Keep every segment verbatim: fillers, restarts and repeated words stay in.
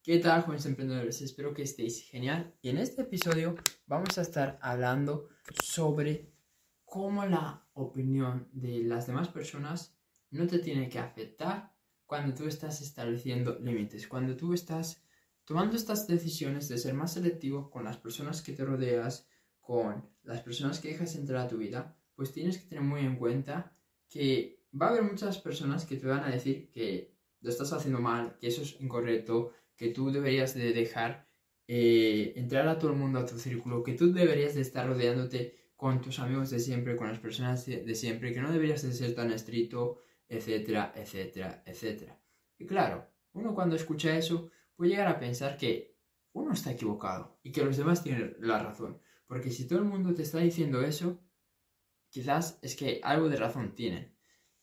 ¿Qué tal, jóvenes emprendedores? Espero que estéis genial. Y en este episodio vamos a estar hablando sobre cómo la opinión de las demás personas no te tiene que afectar cuando tú estás estableciendo límites, cuando tú estás tomando estas decisiones de ser más selectivo con las personas que te rodeas, con las personas que dejas entrar a tu vida. Pues tienes que tener muy en cuenta que va a haber muchas personas que te van a decir que lo estás haciendo mal, que eso es incorrecto, que tú deberías de dejar eh, entrar a todo el mundo a tu círculo, que tú deberías de estar rodeándote con tus amigos de siempre, con las personas de siempre, que no deberías de ser tan estricto, etcétera, etcétera, etcétera. Y claro, uno cuando escucha eso puede llegar a pensar que uno está equivocado y que los demás tienen la razón. Porque si todo el mundo te está diciendo eso, quizás es que algo de razón tienen.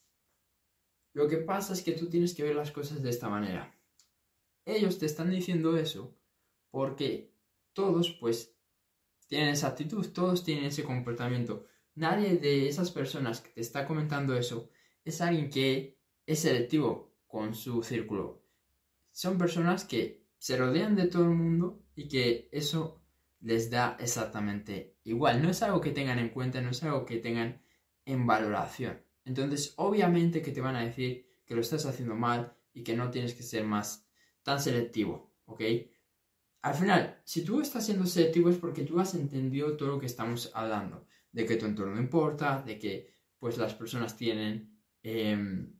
Lo que pasa es que tú tienes que ver las cosas de esta manera. Ellos te están diciendo eso porque todos pues tienen esa actitud, todos tienen ese comportamiento. Nadie de esas personas que te está comentando eso es alguien que es selectivo con su círculo. Son personas que se rodean de todo el mundo y que eso les da exactamente igual. No es algo que tengan en cuenta, no es algo que tengan en valoración. Entonces, obviamente que te van a decir que lo estás haciendo mal y que no tienes que ser más tan selectivo, ¿ok? Al final, si tú estás siendo selectivo es porque tú has entendido todo lo que estamos hablando, de que tu entorno importa, de que pues las personas tienen eh,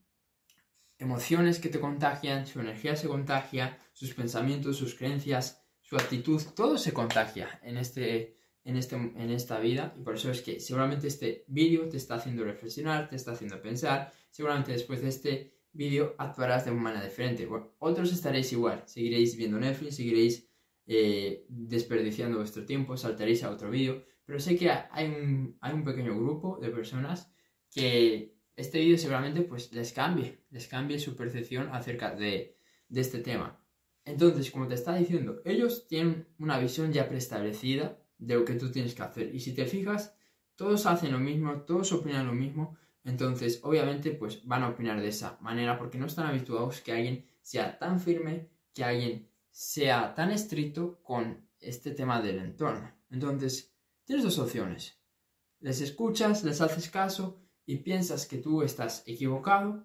emociones que te contagian, su energía se contagia, sus pensamientos, sus creencias, su actitud, todo se contagia en, este, en, este, en esta vida. Y por eso es que seguramente este vídeo te está haciendo reflexionar, te está haciendo pensar. Seguramente después de este vídeo actuarás de una manera diferente. Bueno, otros estaréis igual, seguiréis viendo Netflix, seguiréis eh, desperdiciando vuestro tiempo, saltaréis a otro vídeo. Pero sé que hay un, hay un pequeño grupo de personas que este vídeo seguramente pues les cambie, les cambie su percepción acerca de, de este tema. Entonces, como te estaba diciendo, ellos tienen una visión ya preestablecida de lo que tú tienes que hacer. Y si te fijas, todos hacen lo mismo, todos opinan lo mismo. Entonces, obviamente, pues van a opinar de esa manera porque no están habituados que alguien sea tan firme, que alguien sea tan estricto con este tema del entorno. Entonces, tienes dos opciones. Les escuchas, les haces caso y piensas que tú estás equivocado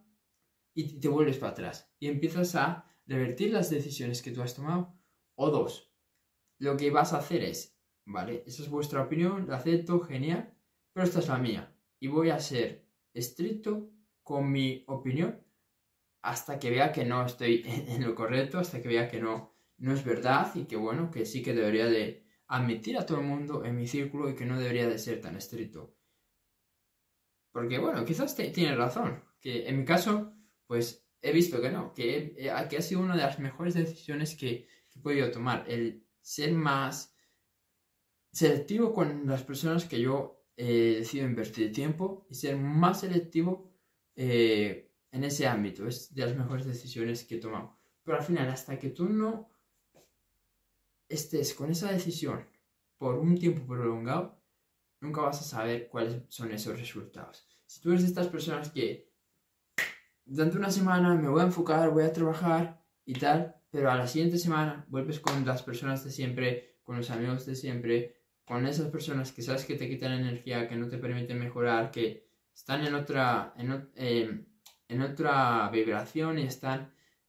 y te vuelves para atrás y empiezas a revertir las decisiones que tú has tomado. O dos, lo que vas a hacer es, vale, esa es vuestra opinión, la acepto, genial, pero esta es la mía y voy a ser estricto con mi opinión hasta que vea que no estoy en lo correcto, hasta que vea que no, no es verdad y que bueno, que sí que debería de admitir a todo el mundo en mi círculo y que no debería de ser tan estricto. Porque bueno, quizás te, tienes razón, que en mi caso, pues he visto que no, que, he, que ha sido una de las mejores decisiones que, que he podido tomar, el ser más selectivo con las personas que yo eh, decido invertir tiempo y ser más selectivo eh, en ese ámbito, es de las mejores decisiones que he tomado. Pero al final, hasta que tú no estés con esa decisión por un tiempo prolongado, nunca vas a saber cuáles son esos resultados. Si tú eres de estas personas que durante una semana me voy a enfocar, voy a trabajar y tal, pero a la siguiente semana vuelves con las personas de siempre, con los amigos de siempre, con esas personas que sabes que te quitan energía, que no te permiten mejorar, que están en otra, en, eh, en otra vibración y están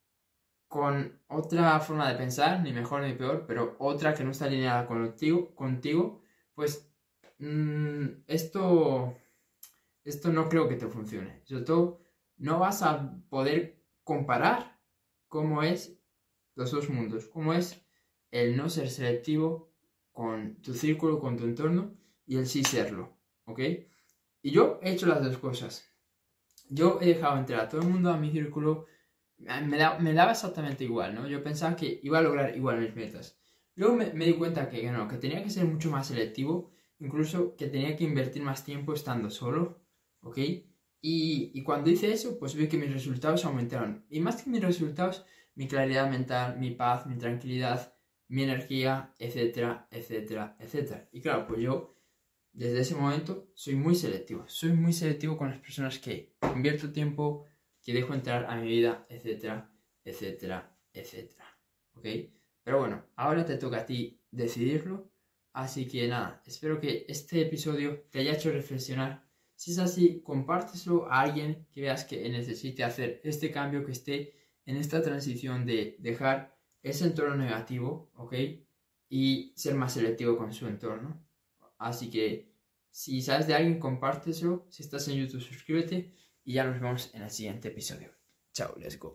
con otra forma de pensar, ni mejor ni peor, pero otra que no está alineada contigo, contigo pues mmm, esto, esto no creo que te funcione. Sobre todo, no vas a poder comparar cómo es los dos mundos, cómo es el no ser selectivo con tu círculo, con tu entorno, y el sí serlo, ¿ok? Y yo he hecho las dos cosas. Yo he dejado entrar a todo el mundo a mi círculo. Me, da, me daba exactamente igual, ¿no? Yo pensaba que iba a lograr igual mis metas. Luego me, me di cuenta que, que no, que tenía que ser mucho más selectivo, incluso que tenía que invertir más tiempo estando solo, ¿ok? Y, y cuando hice eso, pues vi que mis resultados aumentaron. Y más que mis resultados, mi claridad mental, mi paz, mi tranquilidad, mi energía, etcétera, etcétera, etcétera. Y claro, pues yo desde ese momento soy muy selectivo. Soy muy selectivo con las personas que invierto tiempo, que dejo entrar a mi vida, etcétera, etcétera, etcétera. ¿ok? Pero bueno, ahora te toca a ti decidirlo. Así que nada, espero que este episodio te haya hecho reflexionar. Si es así, compárteselo a alguien que veas que necesite hacer este cambio, que esté en esta transición de dejar ese entorno negativo, ¿ok? Y ser más selectivo con su entorno. Así que si sabes de alguien, compárteselo. Si estás en YouTube, suscríbete y ya nos vemos en el siguiente episodio. Chao, let's go.